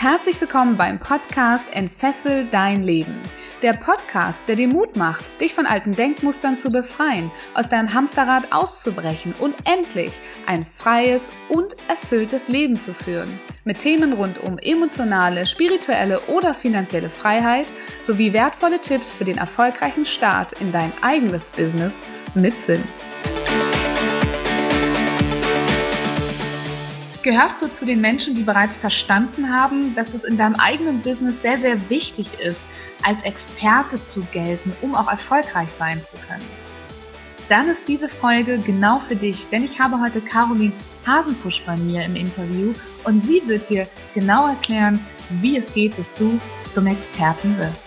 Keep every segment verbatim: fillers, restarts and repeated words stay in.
Herzlich willkommen beim Podcast Entfessel dein Leben. Der Podcast, der dir Mut macht, dich von alten Denkmustern zu befreien, aus deinem Hamsterrad auszubrechen und endlich ein freies und erfülltes Leben zu führen. Mit Themen rund um emotionale, spirituelle oder finanzielle Freiheit sowie wertvolle Tipps für den erfolgreichen Start in dein eigenes Business mit Sinn. Gehörst du zu den Menschen, die bereits verstanden haben, dass es in deinem eigenen Business sehr, sehr wichtig ist, als Experte zu gelten, um auch erfolgreich sein zu können? Dann ist diese Folge genau für dich, denn ich habe heute Caroline Hasenpusch bei mir im Interview und sie wird dir genau erklären, wie es geht, dass du zum Experten wirst.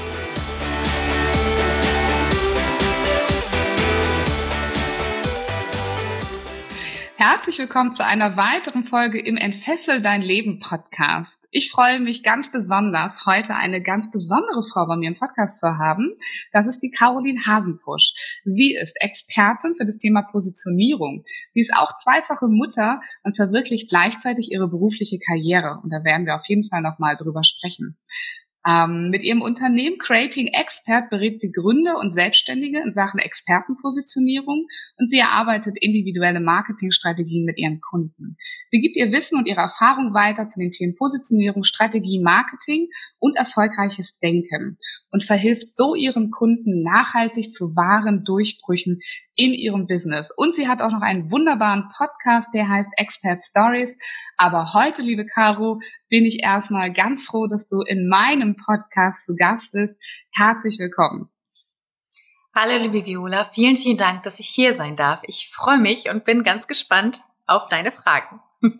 Herzlich willkommen zu einer weiteren Folge im Entfessel dein Leben Podcast. Ich freue mich ganz besonders, heute eine ganz besondere Frau bei mir im Podcast zu haben. Das ist die Caroline Hasenpusch. Sie ist Expertin für das Thema Positionierung. Sie ist auch zweifache Mutter und verwirklicht gleichzeitig ihre berufliche Karriere. Und da werden wir auf jeden Fall nochmal drüber sprechen. Ähm, mit ihrem Unternehmen Creating Expert berät sie Gründer und Selbstständige in Sachen Expertenpositionierung und sie erarbeitet individuelle Marketingstrategien mit ihren Kunden. Sie gibt ihr Wissen und ihre Erfahrung weiter zu den Themen Positionierung, Strategie, Marketing und erfolgreiches Denken und verhilft so ihren Kunden nachhaltig zu wahren Durchbrüchen in ihrem Business. Und sie hat auch noch einen wunderbaren Podcast, der heißt Expert Stories. Aber heute, liebe Caro, bin ich erstmal ganz froh, dass du in meinem Podcast zu Gast bist. Herzlich willkommen. Hallo, liebe Viola. Vielen, vielen Dank, dass ich hier sein darf. Ich freue mich und bin ganz gespannt auf deine Fragen.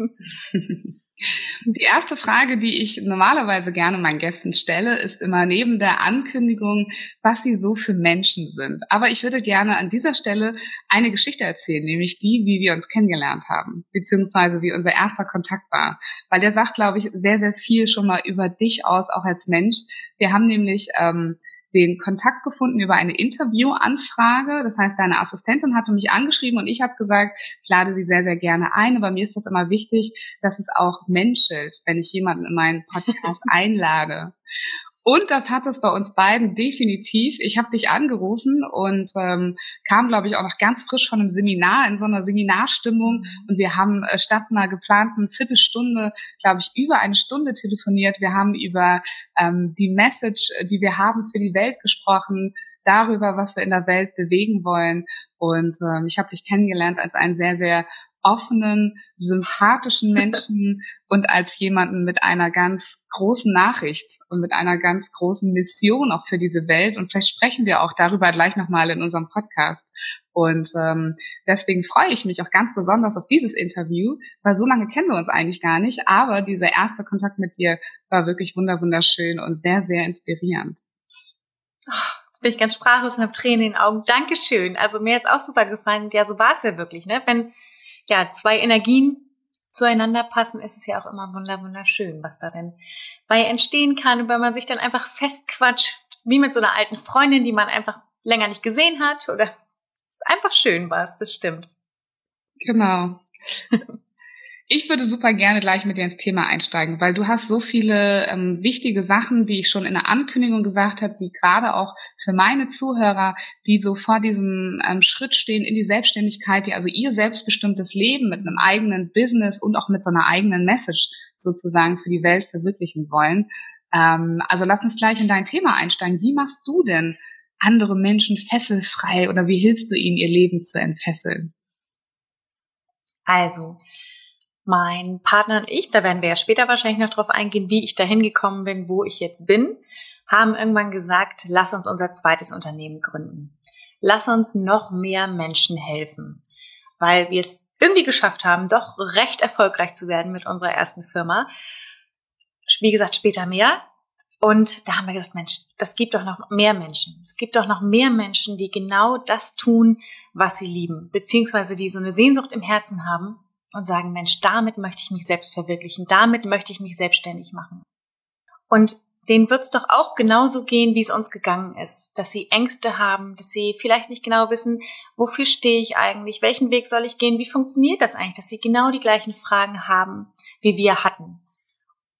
Die erste Frage, die ich normalerweise gerne meinen Gästen stelle, ist immer neben der Ankündigung, was sie so für Menschen sind. Aber ich würde gerne an dieser Stelle eine Geschichte erzählen, nämlich die, wie wir uns kennengelernt haben, beziehungsweise wie unser erster Kontakt war. Weil der sagt, glaube ich, sehr, sehr viel schon mal über dich aus, auch als Mensch. Wir haben nämlich ähm, den Kontakt gefunden über eine Interviewanfrage. Das heißt, deine Assistentin hatte mich angeschrieben und ich habe gesagt, ich lade sie sehr, sehr gerne ein. Aber mir ist das immer wichtig, dass es auch menschelt, wenn ich jemanden in meinen Podcast einlade. Und das hat es bei uns beiden definitiv. Ich habe dich angerufen und ähm, kam, glaube ich, auch noch ganz frisch von einem Seminar, in so einer Seminarstimmung. Und wir haben äh, statt einer geplanten Viertelstunde, glaube ich, über eine Stunde telefoniert. Wir haben über ähm, die Message, die wir haben für die Welt gesprochen, darüber, was wir in der Welt bewegen wollen. Und ähm, ich habe dich kennengelernt als einen sehr, sehr offenen, sympathischen Menschen und als jemanden mit einer ganz großen Nachricht und mit einer ganz großen Mission auch für diese Welt. Und vielleicht sprechen wir auch darüber gleich nochmal in unserem Podcast. Und ähm, deswegen freue ich mich auch ganz besonders auf dieses Interview, weil so lange kennen wir uns eigentlich gar nicht. Aber dieser erste Kontakt mit dir war wirklich wunderschön und sehr, sehr inspirierend. Jetzt bin ich ganz sprachlos und habe Tränen in den Augen. Dankeschön. Also mir hat's auch super gefallen. Ja, so war es ja wirklich, ne? Wenn ja zwei Energien zueinander passen, ist es ja auch immer wunderschön, was da denn bei entstehen kann, weil man sich dann einfach festquatscht, wie mit so einer alten Freundin, die man einfach länger nicht gesehen hat oder einfach schön war es, das stimmt. Genau. Ich würde super gerne gleich mit dir ins Thema einsteigen, weil du hast so viele ähm, wichtige Sachen, die ich schon in der Ankündigung gesagt habe, die gerade auch für meine Zuhörer, die so vor diesem ähm, Schritt stehen in die Selbstständigkeit, die also ihr selbstbestimmtes Leben mit einem eigenen Business und auch mit so einer eigenen Message sozusagen für die Welt verwirklichen wollen. Ähm, also lass uns gleich in dein Thema einsteigen. Wie machst du denn andere Menschen fesselfrei oder wie hilfst du ihnen, ihr Leben zu entfesseln? Also, mein Partner und ich, da werden wir ja später wahrscheinlich noch drauf eingehen, wie ich dahin gekommen bin, wo ich jetzt bin, haben irgendwann gesagt, lass uns unser zweites Unternehmen gründen. Lass uns noch mehr Menschen helfen, weil wir es irgendwie geschafft haben, doch recht erfolgreich zu werden mit unserer ersten Firma. Wie gesagt, später mehr. Und da haben wir gesagt, Mensch, das gibt doch noch mehr Menschen. Es gibt doch noch mehr Menschen, die genau das tun, was sie lieben, beziehungsweise die so eine Sehnsucht im Herzen haben und sagen, Mensch, damit möchte ich mich selbst verwirklichen, damit möchte ich mich selbstständig machen. Und denen wird's doch auch genauso gehen, wie es uns gegangen ist, dass sie Ängste haben, dass sie vielleicht nicht genau wissen, wofür stehe ich eigentlich, welchen Weg soll ich gehen, wie funktioniert das eigentlich, dass sie genau die gleichen Fragen haben, wie wir hatten.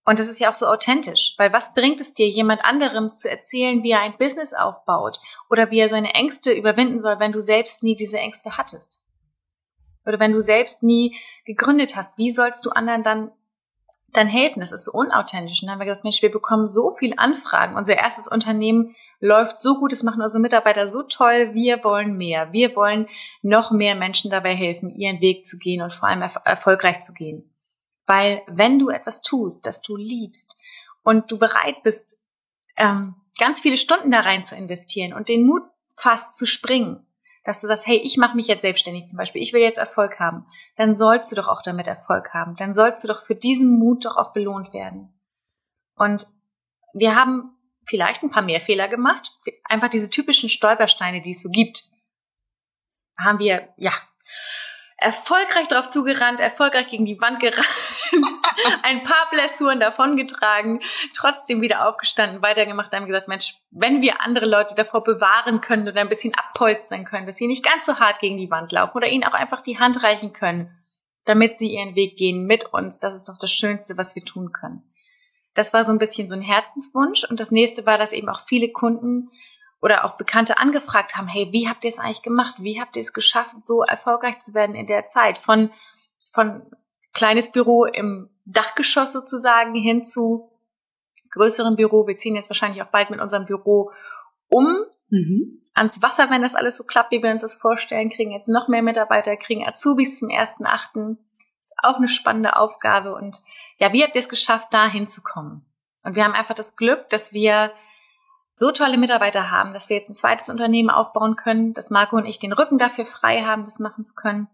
Und das ist ja auch so authentisch, weil was bringt es dir, jemand anderem zu erzählen, wie er ein Business aufbaut oder wie er seine Ängste überwinden soll, wenn du selbst nie diese Ängste hattest? Oder wenn du selbst nie gegründet hast, wie sollst du anderen dann dann helfen? Das ist so unauthentisch. Und dann haben wir gesagt, Mensch, wir bekommen so viele Anfragen. Unser erstes Unternehmen läuft so gut, das machen unsere Mitarbeiter so toll. Wir wollen mehr. Wir wollen noch mehr Menschen dabei helfen, ihren Weg zu gehen und vor allem erf- erfolgreich zu gehen. Weil wenn du etwas tust, das du liebst und du bereit bist, ähm, ganz viele Stunden da rein zu investieren und den Mut fasst zu springen, dass du sagst, hey, ich mache mich jetzt selbstständig zum Beispiel, ich will jetzt Erfolg haben, dann sollst du doch auch damit Erfolg haben. Dann sollst du doch für diesen Mut doch auch belohnt werden. Und wir haben vielleicht ein paar mehr Fehler gemacht. Einfach diese typischen Stolpersteine, die es so gibt, haben wir, ja, erfolgreich drauf zugerannt, erfolgreich gegen die Wand gerannt, ein paar Blessuren davongetragen, trotzdem wieder aufgestanden, weitergemacht, haben gesagt, Mensch, wenn wir andere Leute davor bewahren können oder ein bisschen abpolstern können, dass sie nicht ganz so hart gegen die Wand laufen oder ihnen auch einfach die Hand reichen können, damit sie ihren Weg gehen mit uns, das ist doch das Schönste, was wir tun können. Das war so ein bisschen so ein Herzenswunsch und das nächste war, dass eben auch viele Kunden oder auch Bekannte angefragt haben, hey, wie habt ihr es eigentlich gemacht? Wie habt ihr es geschafft, so erfolgreich zu werden in der Zeit? Von, von kleines Büro im Dachgeschoss sozusagen hin zu größerem Büro. Wir ziehen jetzt wahrscheinlich auch bald mit unserem Büro um mhm. ans Wasser, wenn das alles so klappt, wie wir uns das vorstellen, kriegen jetzt noch mehr Mitarbeiter, kriegen Azubis zum ersten Achten. Ist auch eine spannende Aufgabe. Und ja, wie habt ihr es geschafft, da hinzukommen? Und wir haben einfach das Glück, dass wir so tolle Mitarbeiter haben, dass wir jetzt ein zweites Unternehmen aufbauen können, dass Marco und ich den Rücken dafür frei haben, das machen zu können.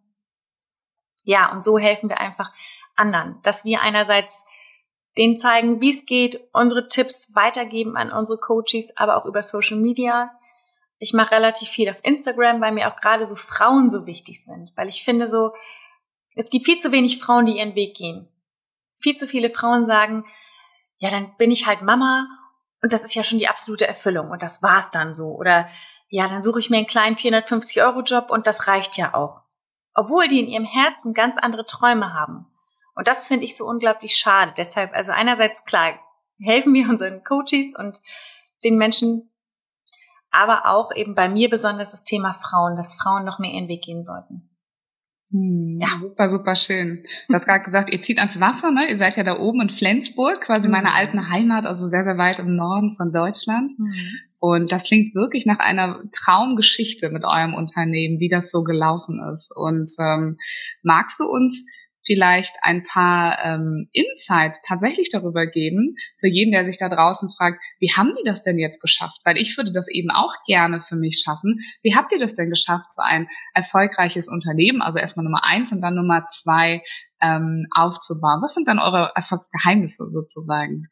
Ja, und so helfen wir einfach anderen, dass wir einerseits denen zeigen, wie es geht, unsere Tipps weitergeben an unsere Coaches, aber auch über Social Media. Ich mache relativ viel auf Instagram, weil mir auch gerade so Frauen so wichtig sind, weil ich finde so, es gibt viel zu wenig Frauen, die ihren Weg gehen. Viel zu viele Frauen sagen, ja, dann bin ich halt Mama und das ist ja schon die absolute Erfüllung und das war's dann so. Oder ja, dann suche ich mir einen kleinen vierhundertfünfzig Euro Job und das reicht ja auch. Obwohl die in ihrem Herzen ganz andere Träume haben. Und das finde ich so unglaublich schade. Deshalb, also einerseits, klar, helfen wir unseren Coaches und den Menschen, aber auch eben bei mir besonders das Thema Frauen, dass Frauen noch mehr ihren Weg gehen sollten. Hm, ja, super, super schön. Du hast gerade gesagt, ihr zieht ans Wasser, ne? Ihr seid ja da oben in Flensburg, quasi mhm. meine alten Heimat, also sehr, sehr weit im Norden von Deutschland. Mhm. Und das klingt wirklich nach einer Traumgeschichte mit eurem Unternehmen, wie das so gelaufen ist. Und ähm, magst du uns vielleicht ein paar ähm, Insights tatsächlich darüber geben, für jeden, der sich da draußen fragt, wie haben die das denn jetzt geschafft? Weil ich würde das eben auch gerne für mich schaffen. Wie habt ihr das denn geschafft, so ein erfolgreiches Unternehmen, also erstmal Nummer eins und dann Nummer zwei ähm, aufzubauen? Was sind dann eure Erfolgsgeheimnisse sozusagen?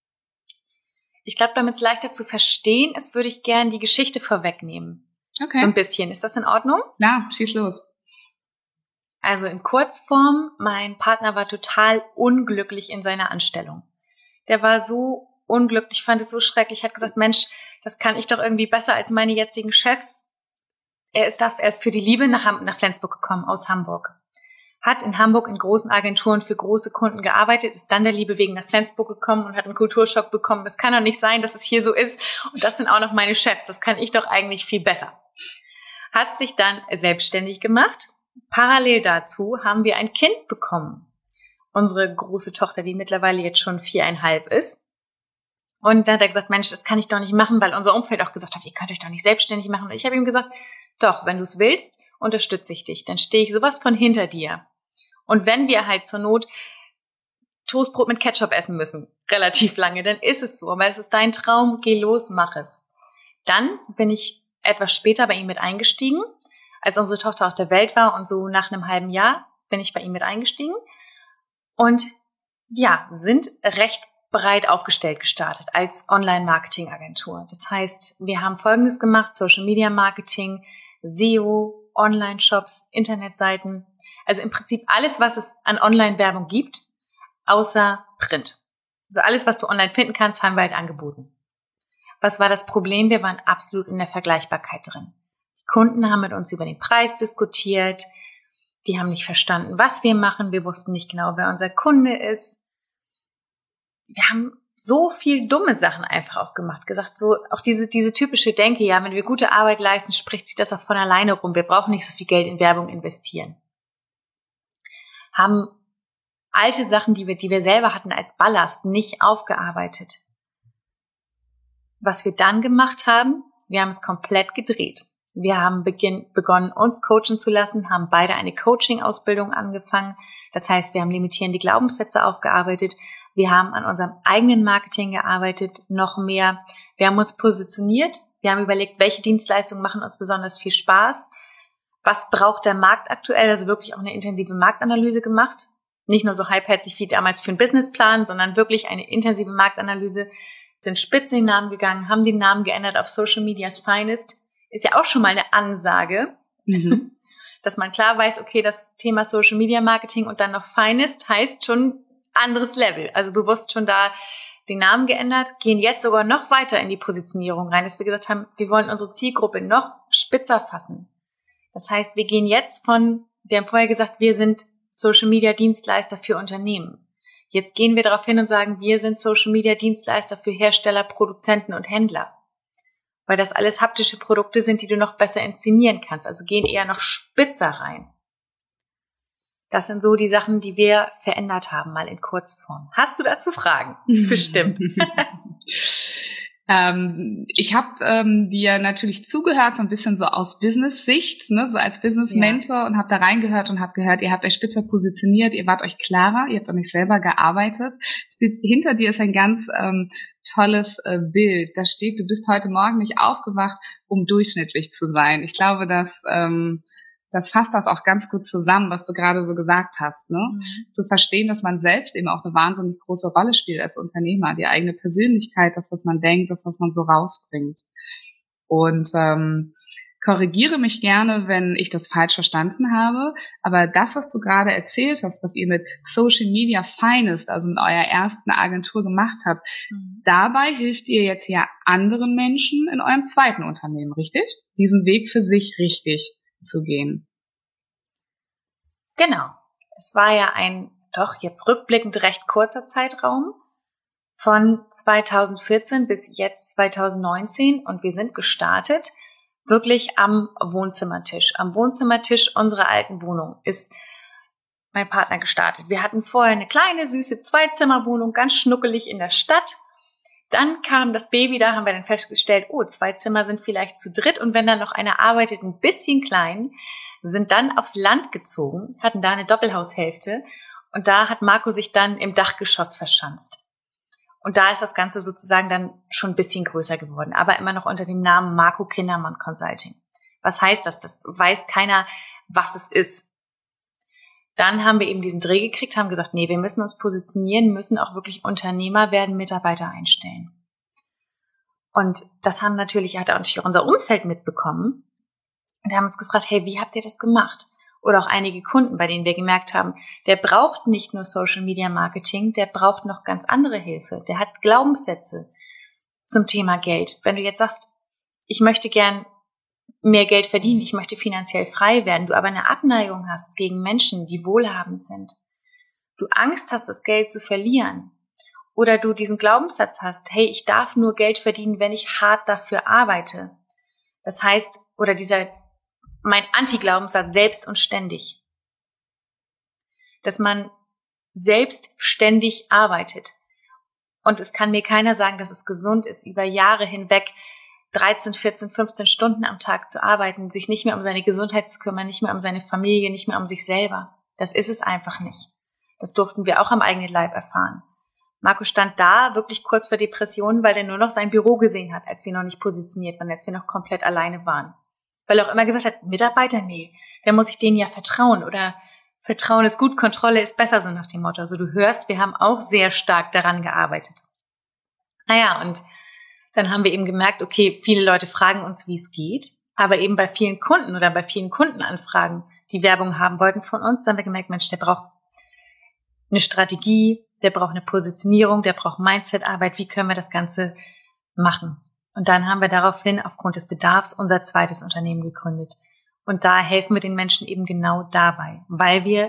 Ich glaube, damit es leichter zu verstehen ist, würde ich gerne die Geschichte vorwegnehmen. Okay. So ein bisschen. Ist das in Ordnung? Ja, schieß los. Also in Kurzform, mein Partner war total unglücklich in seiner Anstellung. Der war so unglücklich, fand es so schrecklich, hat gesagt, Mensch, das kann ich doch irgendwie besser als meine jetzigen Chefs. Er ist, er ist für die Liebe nach, nach Flensburg gekommen, aus Hamburg. Hat in Hamburg in großen Agenturen für große Kunden gearbeitet, ist dann der Liebe wegen nach Flensburg gekommen und hat einen Kulturschock bekommen. Das kann doch nicht sein, dass es hier so ist. Und das sind auch noch meine Chefs. Das kann ich doch eigentlich viel besser. Hat sich dann selbstständig gemacht. Parallel dazu haben wir ein Kind bekommen. Unsere große Tochter, die mittlerweile jetzt schon viereinhalb ist. Und dann hat er gesagt, Mensch, das kann ich doch nicht machen, weil unser Umfeld auch gesagt hat, ihr könnt euch doch nicht selbstständig machen. Und ich habe ihm gesagt, doch, wenn du es willst, unterstütze ich dich. Dann stehe ich sowas von hinter dir. Und wenn wir halt zur Not Toastbrot mit Ketchup essen müssen, relativ lange, dann ist es so. Aber es ist dein Traum, geh los, mach es. Dann bin ich etwas später bei ihm mit eingestiegen, als unsere Tochter auf der Welt war und so nach einem halben Jahr bin ich bei ihm mit eingestiegen und ja, sind recht breit aufgestellt gestartet als Online-Marketing-Agentur. Das heißt, wir haben Folgendes gemacht, Social-Media-Marketing, S E O, Online-Shops, Internetseiten, also im Prinzip alles, was es an Online-Werbung gibt, außer Print. Also alles, was du online finden kannst, haben wir halt angeboten. Was war das Problem? Wir waren absolut in der Vergleichbarkeit drin. Die Kunden haben mit uns über den Preis diskutiert. Die haben nicht verstanden, was wir machen. Wir wussten nicht genau, wer unser Kunde ist. wir haben so viel dumme Sachen einfach auch gemacht, gesagt, so auch diese diese typische Denke, ja, wenn wir gute Arbeit leisten, spricht sich das auch von alleine rum. Wir brauchen nicht so viel Geld in Werbung investieren. Haben alte Sachen, die wir die wir selber hatten als Ballast, nicht aufgearbeitet. Was wir dann gemacht haben, wir haben es komplett gedreht. Wir haben beginn, begonnen, uns coachen zu lassen, haben beide eine Coaching-Ausbildung angefangen. Das heißt, wir haben limitierende Glaubenssätze aufgearbeitet. Wir haben an unserem eigenen Marketing gearbeitet, noch mehr. Wir haben uns positioniert. Wir haben überlegt, welche Dienstleistungen machen uns besonders viel Spaß. Was braucht der Markt aktuell? Also wirklich auch eine intensive Marktanalyse gemacht. Nicht nur so halbherzig wie damals für einen Businessplan, sondern wirklich eine intensive Marktanalyse. Sind spitz in den Namen gegangen, haben den Namen geändert auf Social Media's Finest. Ist ja auch schon mal eine Ansage, mhm. dass man klar weiß, okay, das Thema Social Media Marketing und dann noch Finest heißt schon anderes Level. Also bewusst schon da den Namen geändert, gehen jetzt sogar noch weiter in die Positionierung rein, dass wir gesagt haben, wir wollen unsere Zielgruppe noch spitzer fassen. Das heißt, wir gehen jetzt von, wir haben vorher gesagt, wir sind Social Media Dienstleister für Unternehmen. Jetzt gehen wir darauf hin und sagen, wir sind Social Media Dienstleister für Hersteller, Produzenten und Händler. Weil das alles haptische Produkte sind, die du noch besser inszenieren kannst. Also gehen eher noch spitzer rein. Das sind so die Sachen, die wir verändert haben, mal in Kurzform. Hast du dazu Fragen? Bestimmt. ähm, ich habe ähm, dir natürlich zugehört, so ein bisschen so aus Business-Sicht, ne, so als Business-Mentor ja. und habe da reingehört und habe gehört, ihr habt euch spitzer positioniert, ihr wart euch klarer, ihr habt an euch selber gearbeitet. Hinter dir ist ein ganz ähm, tolles äh, Bild. Da steht, du bist heute Morgen nicht aufgewacht, um durchschnittlich zu sein. Ich glaube, dass ähm, das fasst das auch ganz gut zusammen, was du gerade so gesagt hast, ne? Mhm. Zu verstehen, dass man selbst eben auch eine wahnsinnig große Rolle spielt als Unternehmer, die eigene Persönlichkeit, das, was man denkt, das, was man so rausbringt. Und ähm, korrigiere mich gerne, wenn ich das falsch verstanden habe, aber das, was du gerade erzählt hast, was ihr mit Social Media Finest, also mit eurer ersten Agentur gemacht habt, mhm. dabei hilft ihr jetzt ja anderen Menschen in eurem zweiten Unternehmen, richtig? Diesen Weg für sich richtig zu gehen. Genau. Es war ja ein doch jetzt rückblickend recht kurzer Zeitraum von zweitausendvierzehn bis jetzt zweitausendneunzehn und wir sind gestartet wirklich am Wohnzimmertisch. Am Wohnzimmertisch unserer alten Wohnung ist mein Partner gestartet. Wir hatten vorher eine kleine, süße Zweizimmerwohnung, ganz schnuckelig in der Stadt. Dann kam das Baby, da haben wir dann festgestellt, oh, zwei Zimmer sind vielleicht zu dritt und wenn dann noch einer arbeitet, ein bisschen klein, sind dann aufs Land gezogen, hatten da eine Doppelhaushälfte und da hat Marco sich dann im Dachgeschoss verschanzt. Und da ist das Ganze sozusagen dann schon ein bisschen größer geworden, aber immer noch unter dem Namen Marco Kindermann Consulting. Was heißt das? Das weiß keiner, was es ist. Dann haben wir eben diesen Dreh gekriegt, haben gesagt, nee, wir müssen uns positionieren, müssen auch wirklich Unternehmer werden, Mitarbeiter einstellen. Und das haben natürlich, hat auch natürlich unser Umfeld mitbekommen und haben uns gefragt, hey, wie habt ihr das gemacht? Oder auch einige Kunden, bei denen wir gemerkt haben, der braucht nicht nur Social Media Marketing, der braucht noch ganz andere Hilfe. Der hat Glaubenssätze zum Thema Geld. Wenn du jetzt sagst, ich möchte gern mehr Geld verdienen, ich möchte finanziell frei werden, du aber eine Abneigung hast gegen Menschen, die wohlhabend sind, du Angst hast, das Geld zu verlieren oder du diesen Glaubenssatz hast, hey, ich darf nur Geld verdienen, wenn ich hart dafür arbeite. Das heißt, oder dieser, mein Anti-Glaubenssatz, selbst und ständig. Dass man selbstständig arbeitet. Und es kann mir keiner sagen, dass es gesund ist, über Jahre hinweg dreizehn, vierzehn, fünfzehn Stunden am Tag zu arbeiten, sich nicht mehr um seine Gesundheit zu kümmern, nicht mehr um seine Familie, nicht mehr um sich selber. Das ist es einfach nicht. Das durften wir auch am eigenen Leib erfahren. Marco stand da wirklich kurz vor Depressionen, weil er nur noch sein Büro gesehen hat, als wir noch nicht positioniert waren, als wir noch komplett alleine waren. Weil er auch immer gesagt hat, Mitarbeiter, nee, da muss ich denen ja vertrauen oder Vertrauen ist gut, Kontrolle ist besser, so nach dem Motto. Also du hörst, wir haben auch sehr stark daran gearbeitet. Naja, und dann haben wir eben gemerkt, okay, viele Leute fragen uns, wie es geht, aber eben bei vielen Kunden oder bei vielen Kundenanfragen, die Werbung haben wollten von uns, dann haben wir gemerkt, Mensch, der braucht eine Strategie, der braucht eine Positionierung, der braucht Mindset-Arbeit, wie können wir das Ganze machen? Und dann haben wir daraufhin aufgrund des Bedarfs unser zweites Unternehmen gegründet. Und da helfen wir den Menschen eben genau dabei, weil wir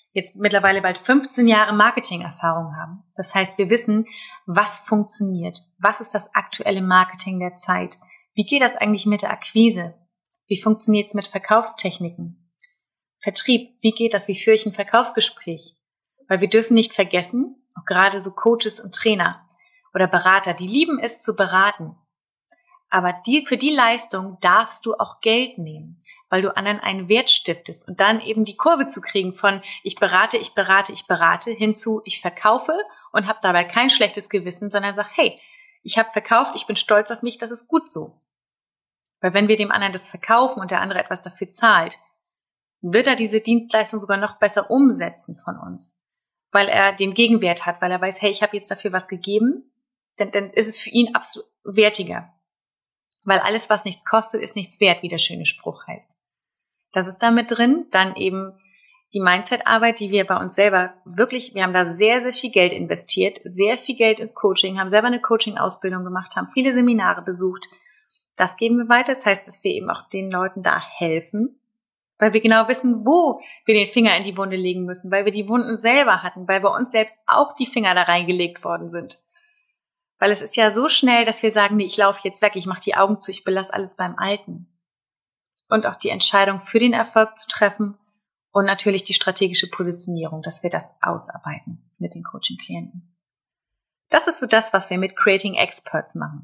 jetzt mittlerweile bald fünfzehn Jahre Marketing-Erfahrung haben. Das heißt, wir wissen, was funktioniert. Was ist das aktuelle Marketing der Zeit? Wie geht das eigentlich mit der Akquise? Wie funktioniert es mit Verkaufstechniken? Vertrieb, wie geht das? Wie führe ich ein Verkaufsgespräch? Weil wir dürfen nicht vergessen, auch gerade so Coaches und Trainer oder Berater, die lieben es zu beraten. Aber die, für die Leistung darfst du auch Geld nehmen, weil du anderen einen Wert stiftest und dann eben die Kurve zu kriegen von ich berate, ich berate, ich berate hinzu ich verkaufe und habe dabei kein schlechtes Gewissen, sondern sag, hey, ich habe verkauft, ich bin stolz auf mich, das ist gut so. Weil wenn wir dem anderen das verkaufen und der andere etwas dafür zahlt, wird er diese Dienstleistung sogar noch besser umsetzen von uns, weil er den Gegenwert hat, weil er weiß, hey, ich habe jetzt dafür was gegeben, dann, dann ist es für ihn absolut wertiger. Weil alles, was nichts kostet, ist nichts wert, wie der schöne Spruch heißt. Das ist da mit drin. Dann eben die Mindset-Arbeit, die wir bei uns selber wirklich, wir haben da sehr, sehr viel Geld investiert, sehr viel Geld ins Coaching, haben selber eine Coaching-Ausbildung gemacht, haben viele Seminare besucht. Das geben wir weiter. Das heißt, dass wir eben auch den Leuten da helfen, weil wir genau wissen, wo wir den Finger in die Wunde legen müssen, weil wir die Wunden selber hatten, weil bei uns selbst auch die Finger da reingelegt worden sind. Weil es ist ja so schnell, dass wir sagen, nee, ich laufe jetzt weg, ich mache die Augen zu, ich belasse alles beim Alten. Und auch die Entscheidung für den Erfolg zu treffen und natürlich die strategische Positionierung, dass wir das ausarbeiten mit den Coaching-Klienten. Das ist so das, was wir mit Creating Experts machen.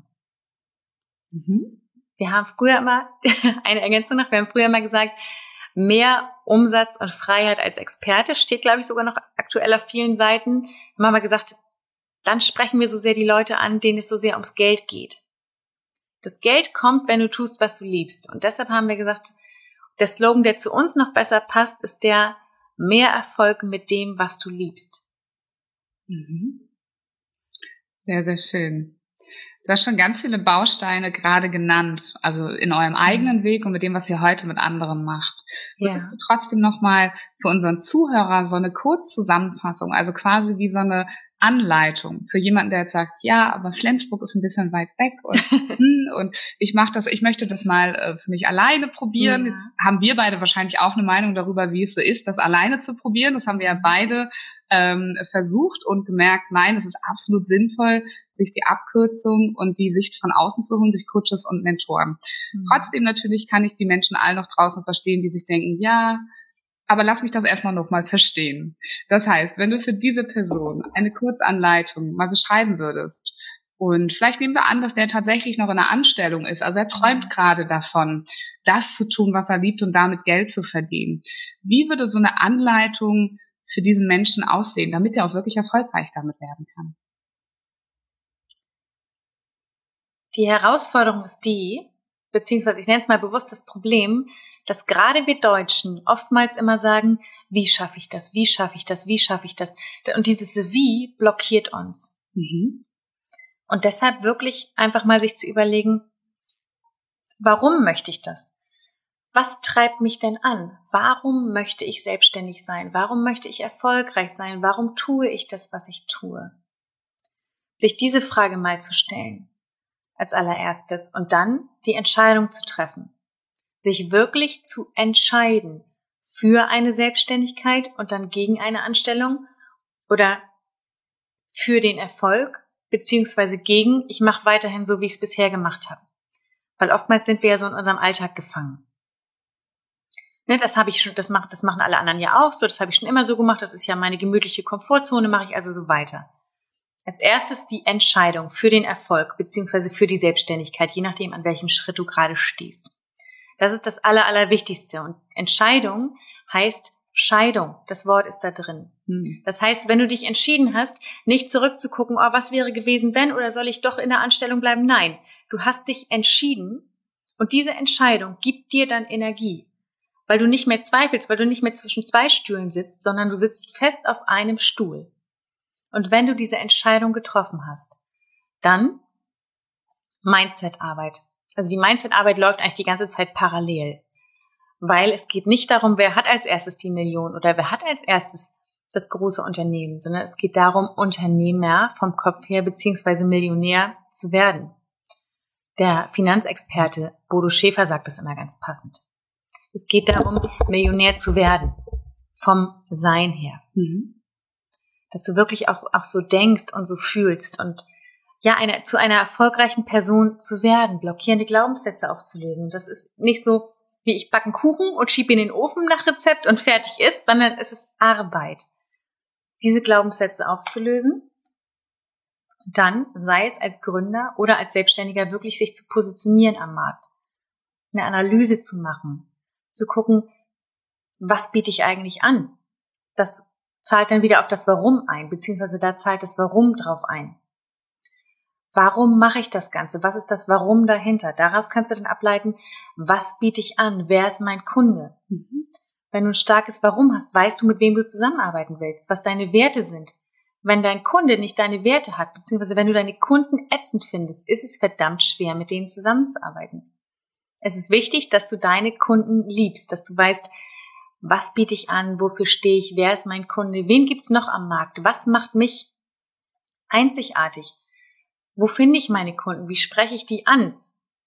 Mhm. Wir haben früher immer, eine Ergänzung noch, wir haben früher immer gesagt, mehr Umsatz und Freiheit als Experte, steht, glaube ich, sogar noch aktuell auf vielen Seiten. Wir haben mal gesagt, dann sprechen wir so sehr die Leute an, denen es so sehr ums Geld geht. Das Geld kommt, wenn du tust, was du liebst. Und deshalb haben wir gesagt, der Slogan, der zu uns noch besser passt, ist der mehr Erfolg mit dem, was du liebst. Mhm. Sehr, sehr schön. Du hast schon ganz viele Bausteine gerade genannt, also in eurem eigenen Weg und mit dem, was ihr heute mit anderen macht. Würdest ja. du trotzdem nochmal für unseren Zuhörer so eine Kurzzusammenfassung, also quasi wie so eine Anleitung für jemanden, der jetzt sagt, ja, aber Flensburg ist ein bisschen weit weg und, hm, und ich mache das, ich möchte das mal äh, für mich alleine probieren. Ja. Jetzt haben wir beide wahrscheinlich auch eine Meinung darüber, wie es so ist, das alleine zu probieren. Das haben wir ja beide ähm, versucht und gemerkt, nein, es ist absolut sinnvoll, sich die Abkürzung und die Sicht von außen zu holen durch Coaches und Mentoren. Mhm. Trotzdem natürlich kann ich die Menschen alle noch draußen verstehen, die sich denken, ja, aber lass mich das erstmal nochmal verstehen. Das heißt, wenn du für diese Person eine Kurzanleitung mal beschreiben würdest und vielleicht nehmen wir an, dass der tatsächlich noch in einer Anstellung ist, also er träumt gerade davon, das zu tun, was er liebt und damit Geld zu verdienen. Wie würde so eine Anleitung für diesen Menschen aussehen, damit er auch wirklich erfolgreich damit werden kann? Die Herausforderung ist die, beziehungsweise ich nenne es mal bewusst das Problem, dass gerade wir Deutschen oftmals immer sagen, wie schaffe ich das, wie schaffe ich das, wie schaffe ich das? Und dieses Wie blockiert uns. Mhm. Und deshalb wirklich einfach mal sich zu überlegen, warum möchte ich das? Was treibt mich denn an? Warum möchte ich selbstständig sein? Warum möchte ich erfolgreich sein? Warum tue ich das, was ich tue? Sich diese Frage mal zu stellen als allererstes und dann die Entscheidung zu treffen. Sich wirklich zu entscheiden für eine Selbstständigkeit und dann gegen eine Anstellung oder für den Erfolg beziehungsweise gegen, ich mache weiterhin so, wie ich es bisher gemacht habe. Weil oftmals sind wir ja so in unserem Alltag gefangen. Ne, das habe ich schon, das macht, das machen alle anderen ja auch so, das habe ich schon immer so gemacht, das ist ja meine gemütliche Komfortzone, mache ich also so weiter. Als erstes die Entscheidung für den Erfolg beziehungsweise für die Selbstständigkeit, je nachdem, an welchem Schritt du gerade stehst. Das ist das Aller, Allerwichtigste. Und Entscheidung heißt Scheidung. Das Wort ist da drin. Hm. Das heißt, wenn du dich entschieden hast, nicht zurückzugucken, oh, was wäre gewesen, wenn, oder soll ich doch in der Anstellung bleiben? Nein, du hast dich entschieden und diese Entscheidung gibt dir dann Energie, weil du nicht mehr zweifelst, weil du nicht mehr zwischen zwei Stühlen sitzt, sondern du sitzt fest auf einem Stuhl. Und wenn du diese Entscheidung getroffen hast, dann Mindset-Arbeit. Also die Mindset-Arbeit läuft eigentlich die ganze Zeit parallel, weil es geht nicht darum, wer hat als erstes die Million oder wer hat als erstes das große Unternehmen, sondern es geht darum, Unternehmer vom Kopf her beziehungsweise Millionär zu werden. Der Finanzexperte Bodo Schäfer sagt das immer ganz passend. Es geht darum, Millionär zu werden. vom Sein her. Mhm. Dass du wirklich auch, auch so denkst und so fühlst und ja, eine, zu einer erfolgreichen Person zu werden, blockierende Glaubenssätze aufzulösen. Und das ist nicht so, wie ich backe einen Kuchen und schiebe ihn in den Ofen nach Rezept und fertig ist, sondern es ist Arbeit, diese Glaubenssätze aufzulösen. Und dann, sei es als Gründer oder als Selbstständiger, wirklich sich zu positionieren am Markt, eine Analyse zu machen, zu gucken, was biete ich eigentlich an? Das zahlt dann wieder auf das Warum ein, beziehungsweise da zahlt das Warum drauf ein. Warum mache ich das Ganze? Was ist das Warum dahinter? Daraus kannst du dann ableiten, was biete ich an? Wer ist mein Kunde? Mhm. Wenn du ein starkes Warum hast, weißt du, mit wem du zusammenarbeiten willst, was deine Werte sind. Wenn dein Kunde nicht deine Werte hat, beziehungsweise wenn du deine Kunden ätzend findest, ist es verdammt schwer, mit denen zusammenzuarbeiten. Es ist wichtig, dass du deine Kunden liebst, dass du weißt, was biete ich an, wofür stehe ich, wer ist mein Kunde, wen gibt's noch am Markt, was macht mich einzigartig. Wo finde ich meine Kunden? Wie spreche ich die an?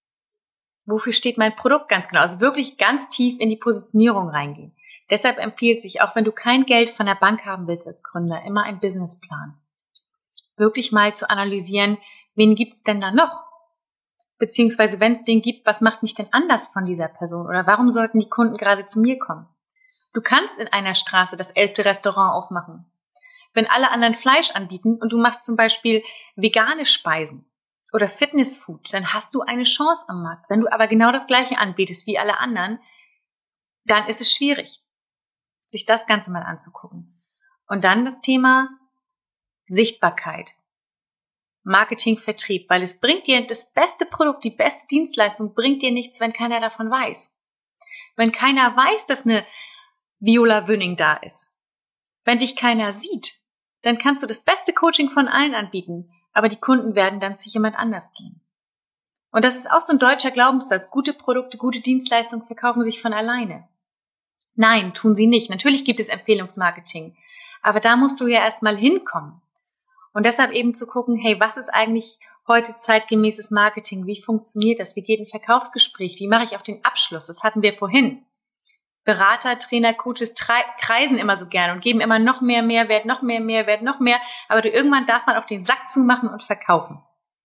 Wofür steht mein Produkt ganz genau? Also wirklich ganz tief in die Positionierung reingehen. Deshalb empfiehlt sich, auch wenn du kein Geld von der Bank haben willst als Gründer, immer ein Businessplan. Wirklich mal zu analysieren, wen gibt's denn da noch? Beziehungsweise, wenn es den gibt, was macht mich denn anders von dieser Person? Oder warum sollten die Kunden gerade zu mir kommen? Du kannst in einer Straße das elfte Restaurant aufmachen. Wenn alle anderen Fleisch anbieten und du machst zum Beispiel vegane Speisen oder Fitnessfood, dann hast du eine Chance am Markt. Wenn du aber genau das Gleiche anbietest wie alle anderen, dann ist es schwierig, sich das Ganze mal anzugucken. Und dann das Thema Sichtbarkeit, Marketing, Vertrieb, weil es bringt dir das beste Produkt, die beste Dienstleistung, bringt dir nichts, wenn keiner davon weiß. Wenn keiner weiß, dass eine Viola Wünning da ist. Wenn dich keiner sieht, dann kannst du das beste Coaching von allen anbieten, aber die Kunden werden dann zu jemand anders gehen. Und das ist auch so ein deutscher Glaubenssatz. Gute Produkte, gute Dienstleistungen verkaufen sich von alleine. Nein, tun sie nicht. Natürlich gibt es Empfehlungsmarketing, aber da musst du ja erstmal hinkommen. Und deshalb eben zu gucken, hey, was ist eigentlich heute zeitgemäßes Marketing? Wie funktioniert das? Wie geht ein Verkaufsgespräch? Wie mache ich auch den Abschluss? Das hatten wir vorhin. Berater, Trainer, Coaches kreisen immer so gerne und geben immer noch mehr Mehrwert, noch mehr Mehrwert, noch mehr. Aber du, irgendwann darf man auch den Sack zumachen und verkaufen.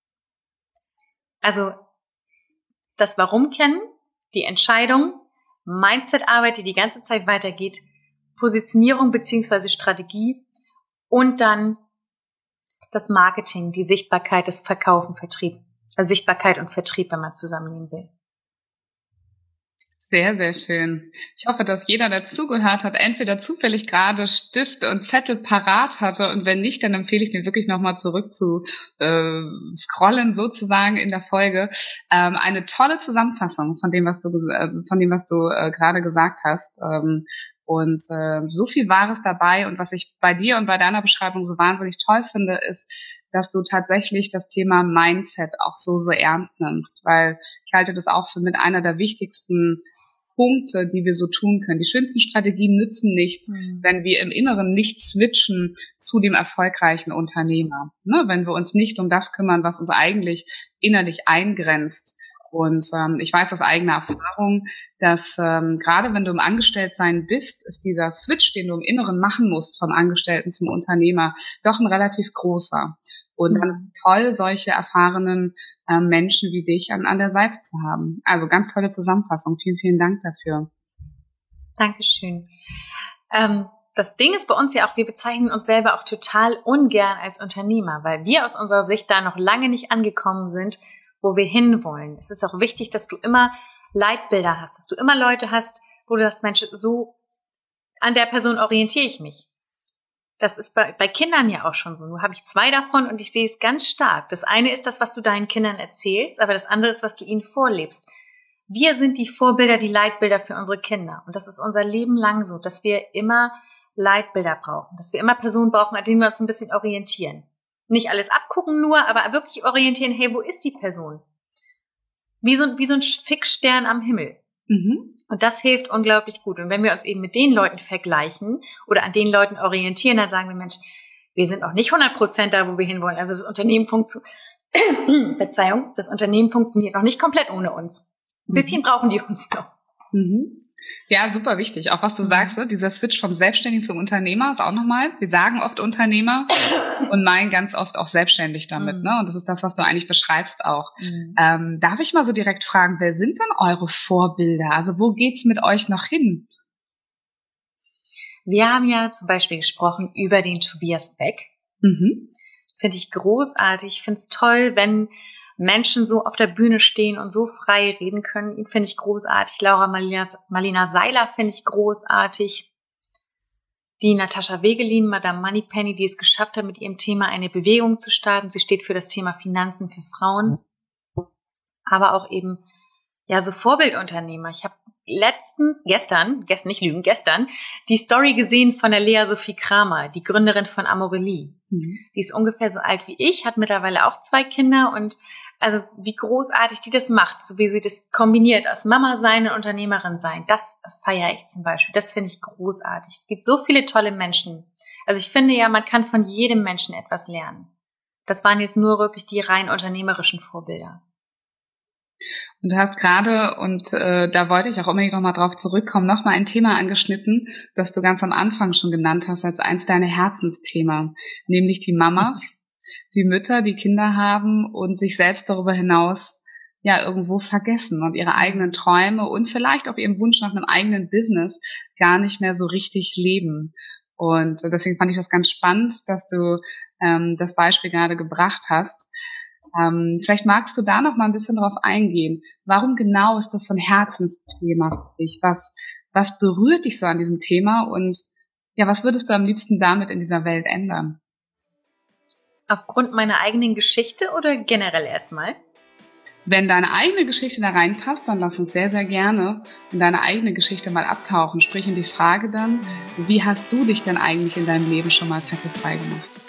Also das Warum kennen, die Entscheidung, Mindset-Arbeit, die die ganze Zeit weitergeht, Positionierung beziehungsweise Strategie und dann das Marketing, die Sichtbarkeit, das Verkaufen, Vertrieb. Also Sichtbarkeit und Vertrieb, wenn man zusammennehmen will. Sehr, sehr schön. Ich hoffe, dass jeder, der zugehört hat, entweder zufällig gerade Stift und Zettel parat hatte und wenn nicht, dann empfehle ich dir wirklich nochmal zurück zu äh, scrollen sozusagen in der Folge. Ähm, eine tolle Zusammenfassung von dem, was du äh, von dem, was du äh, gerade gesagt hast. Ähm, und äh, so viel Wahres dabei und was ich bei dir und bei deiner Beschreibung so wahnsinnig toll finde, ist, dass du tatsächlich das Thema Mindset auch so, so ernst nimmst, weil ich halte das auch für mit einer der wichtigsten Punkte, die wir so tun können. Die schönsten Strategien nützen nichts, mhm. wenn wir im Inneren nicht switchen zu dem erfolgreichen Unternehmer. Ne? Wenn wir uns nicht um das kümmern, was uns eigentlich innerlich eingrenzt. Und ähm, ich weiß aus eigener Erfahrung, dass ähm, gerade wenn du im Angestelltsein bist, ist dieser Switch, den du im Inneren machen musst, vom Angestellten zum Unternehmer, doch ein relativ großer. Und dann ist es toll, solche erfahrenen äh, Menschen wie dich an, an der Seite zu haben. Also ganz tolle Zusammenfassung. Vielen, vielen Dank dafür. Dankeschön. Ähm, das Ding ist bei uns ja auch, wir bezeichnen uns selber auch total ungern als Unternehmer, weil wir aus unserer Sicht da noch lange nicht angekommen sind, wo wir hinwollen. Es ist auch wichtig, dass du immer Leitbilder hast, dass du immer Leute hast, wo du sagst, Mensch, so an der Person orientiere ich mich. Das ist bei, bei Kindern ja auch schon so. Nur habe ich zwei davon und ich sehe es ganz stark. Das eine ist das, was du deinen Kindern erzählst, aber das andere ist, was du ihnen vorlebst. Wir sind die Vorbilder, die Leitbilder für unsere Kinder. Und das ist unser Leben lang so, dass wir immer Leitbilder brauchen, dass wir immer Personen brauchen, an denen wir uns ein bisschen orientieren. Nicht alles abgucken nur, aber wirklich orientieren, hey, wo ist die Person? Wie so, wie so ein Fixstern am Himmel. Mhm. Und das hilft unglaublich gut. Und wenn wir uns eben mit den Leuten vergleichen oder an den Leuten orientieren, dann sagen wir, Mensch, wir sind auch nicht hundert Prozent da, wo wir hinwollen. Also das Unternehmen funktioniert, Verzeihung, das Unternehmen funktioniert noch nicht komplett ohne uns. Ein bisschen mhm. brauchen die uns noch. Mhm. Ja, super wichtig. Auch was du sagst, ne? Dieser Switch vom Selbstständigen zum Unternehmer ist auch nochmal, wir sagen oft Unternehmer und meinen ganz oft auch selbstständig damit. Mhm. Ne? Und das ist das, was du eigentlich beschreibst auch. Mhm. Ähm, darf ich mal so direkt fragen, wer sind denn eure Vorbilder? Also wo geht's mit euch noch hin? Wir haben ja zum Beispiel gesprochen über den Tobias Beck. Mhm. Finde ich großartig. Ich finde es toll, wenn Menschen so auf der Bühne stehen und so frei reden können. Ihn finde ich großartig. Laura Marlina, Marlina Seiler finde ich großartig. Die Natascha Wegelin, Madame Moneypenny, die es geschafft hat, mit ihrem Thema eine Bewegung zu starten. Sie steht für das Thema Finanzen für Frauen. Aber auch eben, ja, so Vorbildunternehmer. Ich habe letztens, gestern, gestern nicht lügen, gestern, die Story gesehen von der Lea Sophie Kramer, die Gründerin von Amorelie. Mhm. Die ist ungefähr so alt wie ich, hat mittlerweile auch zwei Kinder und also wie großartig die das macht, so wie sie das kombiniert, aus Mama sein und Unternehmerin sein, das feiere ich zum Beispiel. Das finde ich großartig. Es gibt so viele tolle Menschen. Also ich finde ja, man kann von jedem Menschen etwas lernen. Das waren jetzt nur wirklich die rein unternehmerischen Vorbilder. Und du hast gerade, und äh, da wollte ich auch unbedingt nochmal drauf zurückkommen, nochmal ein Thema angeschnitten, das du ganz am Anfang schon genannt hast, als eins deiner Herzensthemen, nämlich die Mamas, die Mütter, die Kinder haben und sich selbst darüber hinaus ja irgendwo vergessen und ihre eigenen Träume und vielleicht auch ihren Wunsch nach einem eigenen Business gar nicht mehr so richtig leben. Und deswegen fand ich das ganz spannend, dass du ähm, das Beispiel gerade gebracht hast. Ähm, vielleicht magst du da noch mal ein bisschen drauf eingehen. Warum genau ist das so ein Herzensthema für dich? Was, was berührt dich so an diesem Thema? Und ja, was würdest du am liebsten damit in dieser Welt ändern? Aufgrund meiner eigenen Geschichte oder generell erstmal? Wenn deine eigene Geschichte da reinpasst, dann lass uns sehr, sehr gerne in deine eigene Geschichte mal abtauchen. Sprich in die Frage dann, wie hast du dich denn eigentlich in deinem Leben schon mal fesselfrei gemacht?